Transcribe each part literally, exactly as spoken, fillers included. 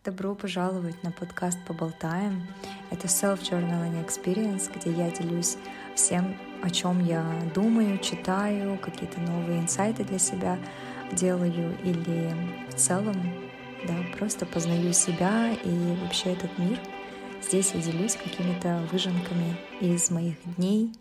Добро пожаловать на подкаст «Поболтаем». Это self-journaling experience, где я делюсь всем, о чем я думаю, читаю, какие-то новые инсайты для себя делаю или в целом, да, просто познаю себя и вообще этот мир. Здесь я делюсь какими-то выжимками из моих дней.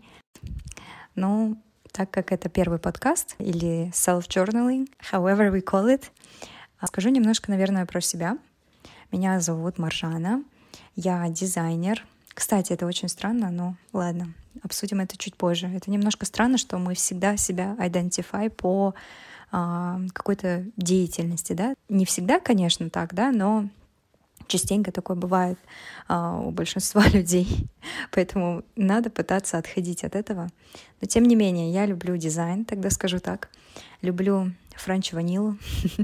Но так как это первый подкаст или self-journaling, however we call it, скажу немножко, наверное, про себя. Меня зовут Маржана, я дизайнер. Кстати, это очень странно, но ладно, обсудим это чуть позже. Это немножко странно, что мы всегда себя identify по а, какой-то деятельности, да. Не всегда, конечно, так, да, но частенько такое бывает а, у большинства людей, поэтому надо пытаться отходить от этого. Но тем не менее, я люблю дизайн, тогда скажу так. Люблю френч ванилу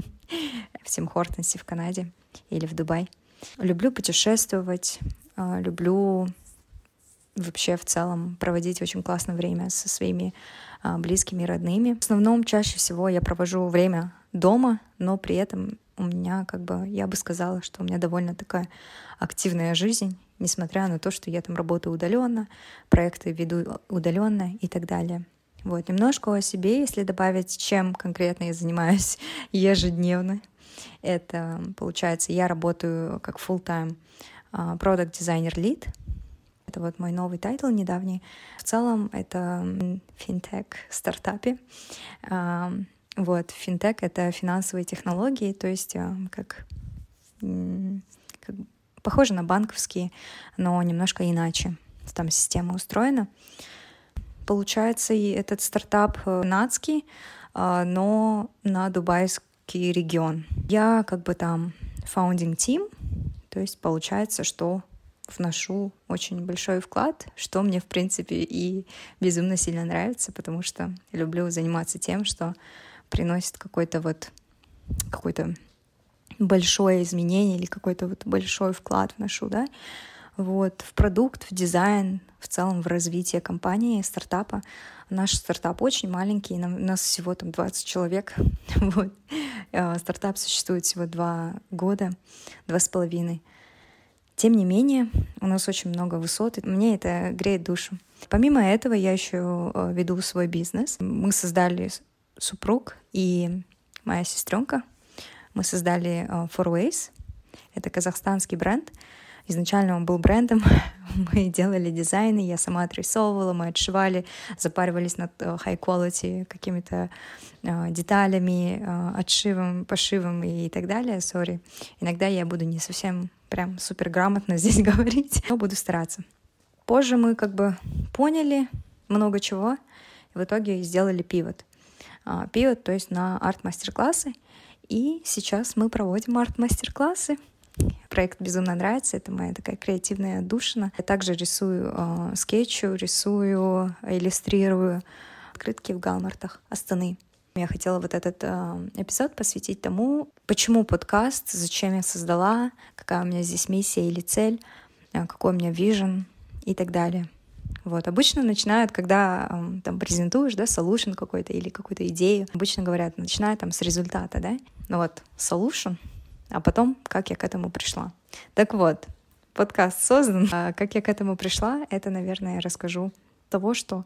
в Тим Хортонсе в Канаде или в Дубай. Люблю путешествовать, люблю вообще в целом проводить очень классное время со своими близкими и родными. В основном чаще всего я провожу время дома, но при этом у меня, как бы, я бы сказала, что у меня довольно такая активная жизнь, несмотря на то, что я там работаю удаленно, проекты веду удаленно и так далее. Вот, немножко о себе, если добавить, чем конкретно я занимаюсь ежедневно. Это, получается, я работаю как full-time product designer lead. Это вот мой новый тайтл недавний. В целом это финтех стартапе. Вот, финтех — это финансовые технологии, то есть как, как похоже на банковские, но немножко иначе. Там система устроена. Получается, и этот стартап канадский, но на дубайский регион. Я как бы там founding team, то есть получается, что вношу очень большой вклад, что мне, в принципе, и безумно сильно нравится, потому что люблю заниматься тем, что приносит какой-то вот какой-то большое изменение или какой-то вот большой вклад вношу, да, вот, в продукт, в дизайн, в целом в развитие компании, стартапа. Наш стартап очень маленький, у нас всего там двадцать человек. Вот. Стартап существует всего два года, два с половиной. Тем не менее, у нас очень много высот, и мне это греет душу. Помимо этого, я еще веду свой бизнес. Мы создали, супруг и моя сестренка, мы создали Four Ways. Это казахстанский бренд. Изначально он был брендом, мы делали дизайны, я сама отрисовывала, мы отшивали, запаривались над high quality какими-то uh, деталями, uh, отшивом, пошивом и так далее, sorry. Иногда я буду не совсем прям супер грамотно здесь говорить, но буду стараться. Позже мы как бы поняли много чего, и в итоге сделали пивот. Uh, пивот, то есть на арт-мастер-классы, и сейчас мы проводим арт-мастер-классы. Проект безумно нравится, это моя такая креативная отдушина. Я также рисую э, скетчу, рисую, иллюстрирую открытки в Галмартах Астаны. Я хотела вот этот э, эпизод посвятить тому, почему подкаст, зачем я создала, какая у меня здесь миссия или цель, э, какой у меня вижен и так далее. Вот. Обычно начинают, когда э, там презентуешь, да, solution какой-то или какую-то идею, обычно говорят, начинают там с результата, да. Ну вот, solution, а потом, как я к этому пришла. Так вот, подкаст создан. А как я к этому пришла, это, наверное, я расскажу того, что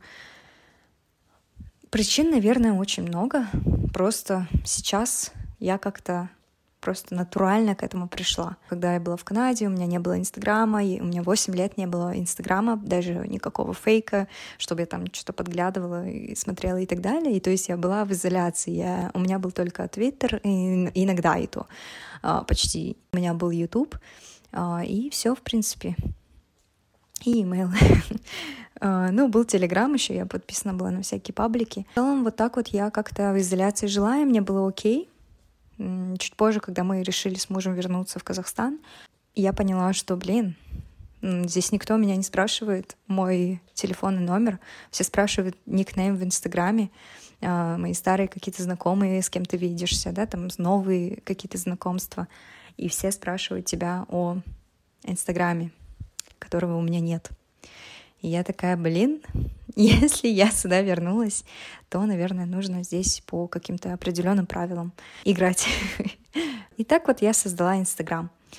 причин, наверное, очень много. Просто сейчас я как-то просто натурально к этому пришла. Когда я была в Канаде, у меня не было Инстаграма, и у меня восемь лет не было Инстаграма, даже никакого фейка, чтобы я там что-то подглядывала и смотрела и так далее. И то есть я была в изоляции. Я, у меня был только Твиттер, и иногда и то почти. У меня был Ютуб, и все, в принципе. И имейл. Ну, был Телеграм еще, я подписана была на всякие паблики. В целом, вот так вот я как-то в изоляции жила, и мне было окей. Чуть позже, когда мы решили с мужем вернуться в Казахстан, я поняла, что, блин, здесь никто меня не спрашивает мой телефонный номер, все спрашивают никнейм в Инстаграме, мои старые какие-то знакомые, с кем ты видишься, да, там новые какие-то знакомства, и все спрашивают тебя о Инстаграме, которого у меня нет. И я такая, блин, если я сюда вернулась, то, наверное, нужно здесь по каким-то определенным правилам играть. И так вот я создала Инстаграм.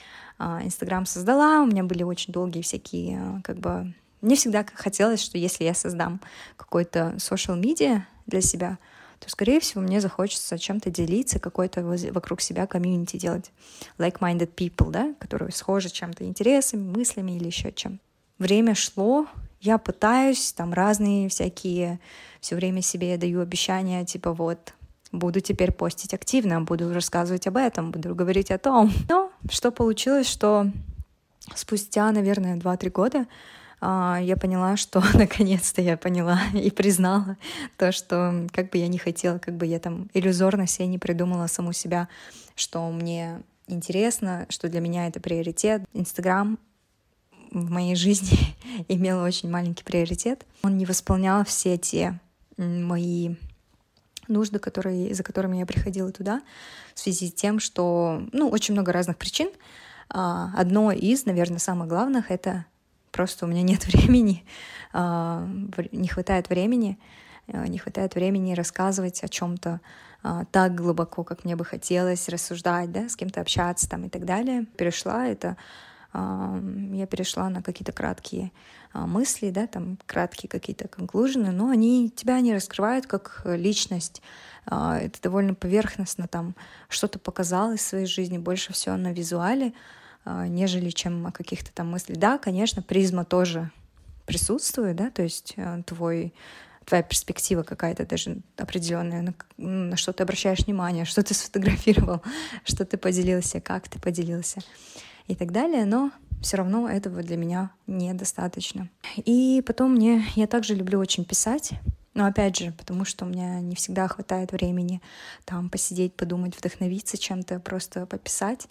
Инстаграм создала, у меня были очень долгие всякие, как бы... Мне всегда хотелось, что если я создам какой-то social media для себя, то, скорее всего, мне захочется чем-то делиться, какой-то вокруг себя комьюнити делать. Like-minded people, да, которые схожи чем-то интересами, мыслями или еще чем. Время шло, я пытаюсь, там разные всякие, все время себе я даю обещания, типа вот, буду теперь постить активно, буду рассказывать об этом, буду говорить о том. Но что получилось, что спустя, наверное, два-три года я поняла, что наконец-то я поняла и признала то, что как бы я не хотела, как бы я там иллюзорно себе не придумала саму себя, что мне интересно, что для меня это приоритет. Инстаграм в моей жизни имел очень маленький приоритет. Он не восполнял все те мои нужды, которые, за которыми я приходила туда, в связи с тем, что, ну, очень много разных причин. Одно из, наверное, самых главных — это просто у меня нет времени, не хватает времени, не хватает времени рассказывать о чем-то так глубоко, как мне бы хотелось, рассуждать, да, с кем-то общаться там и так далее. Перешла это, я перешла на какие-то краткие мысли, да, там краткие какие-то конклюжены, но они тебя не раскрывают как личность. Это довольно поверхностно, там что-то показал из своей жизни, больше всего на визуале, нежели чем о каких-то там мыслях. Да, конечно, призма тоже присутствует, да, то есть твой, твоя перспектива какая-то даже определенная, на, на что ты обращаешь внимание, что ты сфотографировал, что ты поделился, как ты поделился и так далее, но все равно этого для меня недостаточно. И потом мне, я также люблю очень писать, но опять же, потому что у меня не всегда хватает времени там посидеть, подумать, вдохновиться чем-то, просто пописать.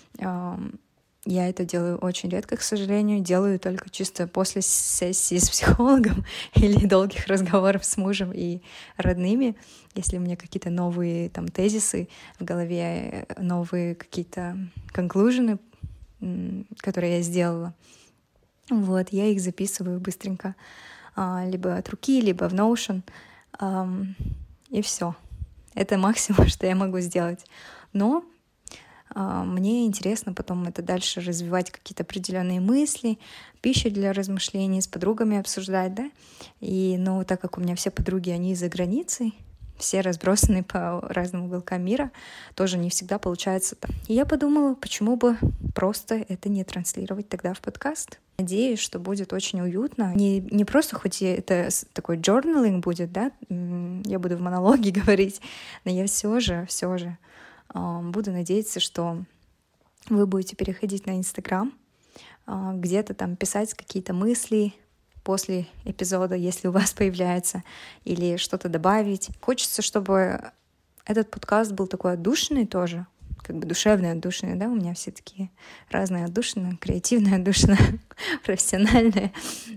Я это делаю очень редко, к сожалению, делаю только чисто после сессии с психологом или долгих разговоров с мужем и родными, если у меня какие-то новые там тезисы в голове, новые какие-то конклюжены, которые я сделала. Вот, я их записываю быстренько, либо от руки, либо в Notion, и все. Это максимум, что я могу сделать. Но мне интересно потом это дальше развивать, какие-то определенные мысли, пищу для размышлений, с подругами обсуждать, да. И, ну, так как у меня все подруги, они за границей, все разбросаны по разным уголкам мира, тоже не всегда получается так. И я подумала, почему бы просто это не транслировать тогда в подкаст. Надеюсь, что будет очень уютно. Не, не просто, хоть это такой journaling будет, да, я буду в монологе говорить, но я все же, все же буду надеяться, что вы будете переходить на Инстаграм, где-то там писать какие-то мысли после эпизода, если у вас появляется, или что-то добавить. Хочется, чтобы этот подкаст был такой отдушенный тоже, как бы душевный, отдушенный, да, у меня все такие разные отдушины, креативная отдушина, профессиональная,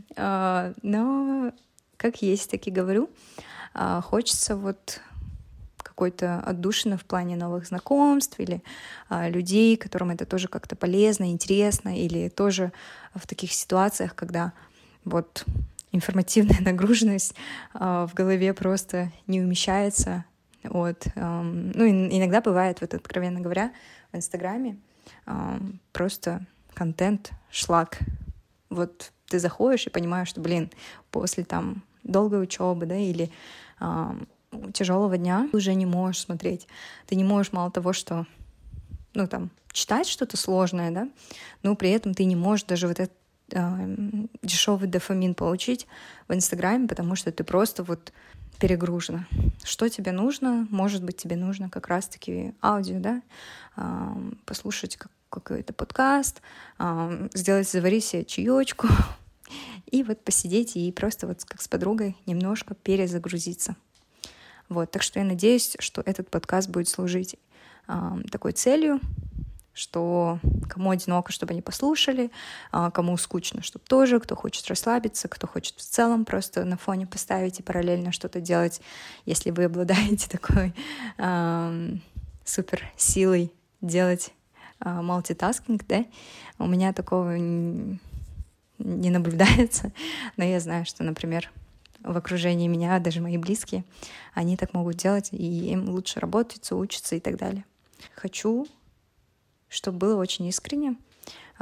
но как есть, так и говорю. Хочется вот какой-то отдушины в плане новых знакомств или а, людей, которым это тоже как-то полезно, интересно, или тоже в таких ситуациях, когда вот информативная нагруженность а, в голове просто не умещается. Вот. А, ну, и, иногда бывает, вот откровенно говоря, в Инстаграме а, просто контент, шлак. Вот ты заходишь и понимаешь, что, блин, после там долгой учебы, да, или а, тяжелого дня ты уже не можешь смотреть. Ты не можешь мало того, что, ну, там, читать что-то сложное, да, но при этом ты не можешь даже вот этот э, дешевый дофамин получить в Инстаграме, потому что ты просто вот перегружена. Что тебе нужно? Может быть, тебе нужно как раз-таки аудио, да, э, послушать как, какой-то подкаст, э, сделать, заварить себе чаечку и вот посидеть и просто вот как с подругой немножко перезагрузиться. Вот, так что я надеюсь, что этот подкаст будет служить э, такой целью, что кому одиноко, чтобы они послушали, э, кому скучно, чтобы тоже, кто хочет расслабиться, кто хочет в целом просто на фоне поставить и параллельно что-то делать, если вы обладаете такой э, супер силой делать э, мультитаскинг, да, у меня такого не, не наблюдается, но я знаю, что, например, в окружении меня, даже мои близкие, они так могут делать, и им лучше работать, учиться и так далее. Хочу, чтобы было очень искренне,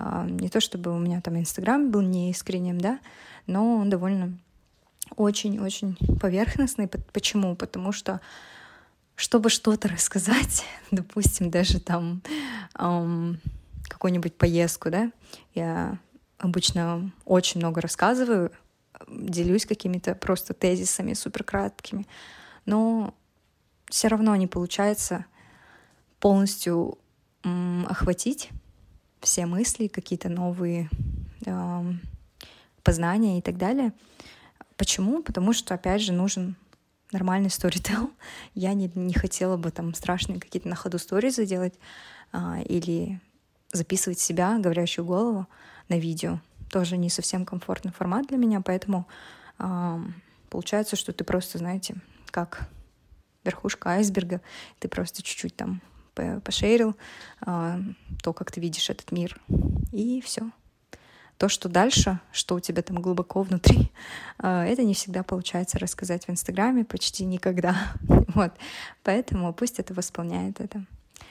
Не то чтобы у меня там Инстаграм был неискренним, да, но он довольно очень-очень поверхностный. Почему? Потому что, чтобы что-то рассказать, допустим, даже там эм, какую-нибудь поездку, да, я обычно очень много рассказываю, делюсь какими-то просто тезисами суперкраткими, но все равно не получается полностью м, охватить все мысли, какие-то новые э, познания и так далее. Почему? Потому что, опять же, нужен нормальный сторител. Я не, не хотела бы там страшные какие-то на ходу сторизы делать э, или записывать себя, говорящую голову, на видео. Тоже не совсем комфортный формат для меня, поэтому э, получается, что ты просто, знаете, как верхушка айсберга, ты просто чуть-чуть там пошерил э, то, как ты видишь этот мир, и все. То, что дальше, что у тебя там глубоко внутри, э, это не всегда получается рассказать в Инстаграме, почти никогда. Вот. Поэтому пусть это восполняет это.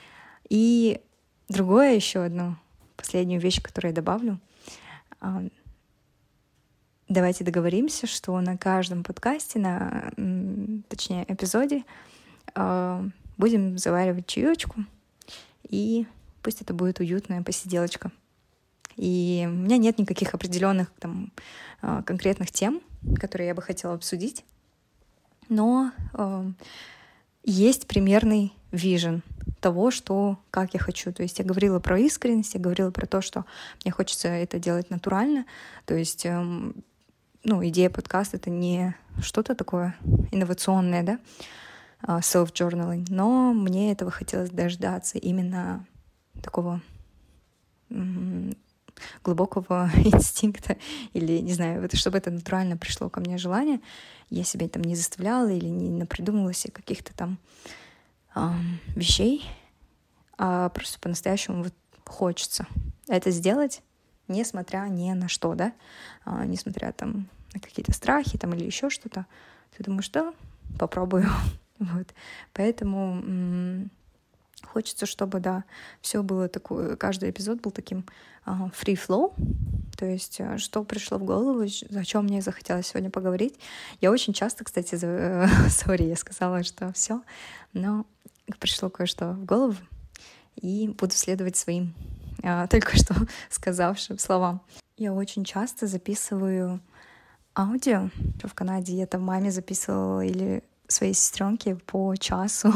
И другое еще одно, последнюю вещь, которую я добавлю. Э, давайте договоримся, что на каждом подкасте, на, точнее, эпизоде э, будем заваривать чаечку, и пусть это будет уютная посиделочка. И у меня нет никаких определенных там конкретных тем, которые я бы хотела обсудить, но э, есть примерный вижен того, что, как я хочу. То есть я говорила про искренность, я говорила про то, что мне хочется это делать натурально. То есть, э, ну, идея подкаста — это не что-то такое инновационное, да, self-journaling, но мне этого хотелось дождаться, именно такого м- глубокого инстинкта, или, не знаю, чтобы это натурально пришло ко мне желание. Я себя там не заставляла или не напридумывала себе каких-то там эм, вещей, а просто по-настоящему вот хочется это сделать, несмотря ни на что, да, а, несмотря там на какие-то страхи там или еще что-то. Ты думаешь, да, попробую. Вот. Поэтому м- хочется, чтобы, да, все было такое, каждый эпизод был таким uh, free flow, то есть что пришло в голову, о чем мне захотелось сегодня поговорить. Я очень часто, кстати, сори, я сказала, что все, но пришло кое-что в голову, и буду следовать своим uh, только что сказавшим словам. Я очень часто записываю аудио. В Канаде я там маме записывала или своей сестренке по часу,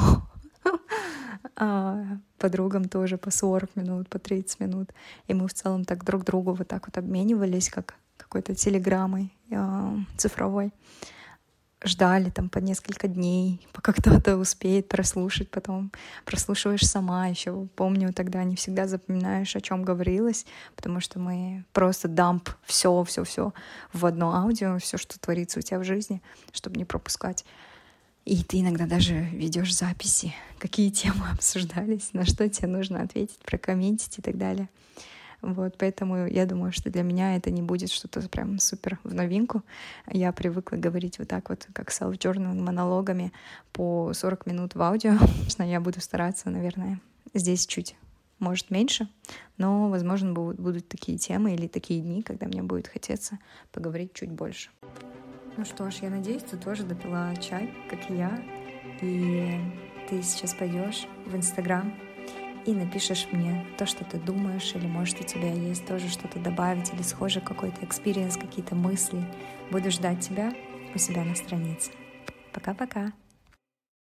а подругам тоже по сорок минут, по тридцать минут. И мы в целом так друг другу вот так вот обменивались, как какой-то телеграммой э, цифровой. Ждали там по несколько дней, пока кто-то успеет прослушать, потом прослушиваешь сама. Еще помню, тогда не всегда запоминаешь, о чем говорилось, потому что мы просто дамп все, все, все в одно аудио, все, что творится у тебя в жизни, чтобы не пропускать. И ты иногда даже ведешь записи, какие темы обсуждались, на что тебе нужно ответить, прокомментить и так далее. Вот, поэтому я думаю, что для меня это не будет что-то прям супер в новинку. Я привыкла говорить вот так вот, как self-journaling, монологами по сорок минут в аудио. Конечно, я буду стараться, наверное, здесь чуть, может, меньше, но, возможно, будут, будут такие темы или такие дни, когда мне будет хотеться поговорить чуть больше. Ну что ж, я надеюсь, ты тоже допила чай, как и я, и ты сейчас пойдешь в Инстаграм и напишешь мне то, что ты думаешь, или, может, у тебя есть тоже что-то добавить, или схожий какой-то экспириенс, какие-то мысли. Буду ждать тебя у себя на странице. Пока-пока!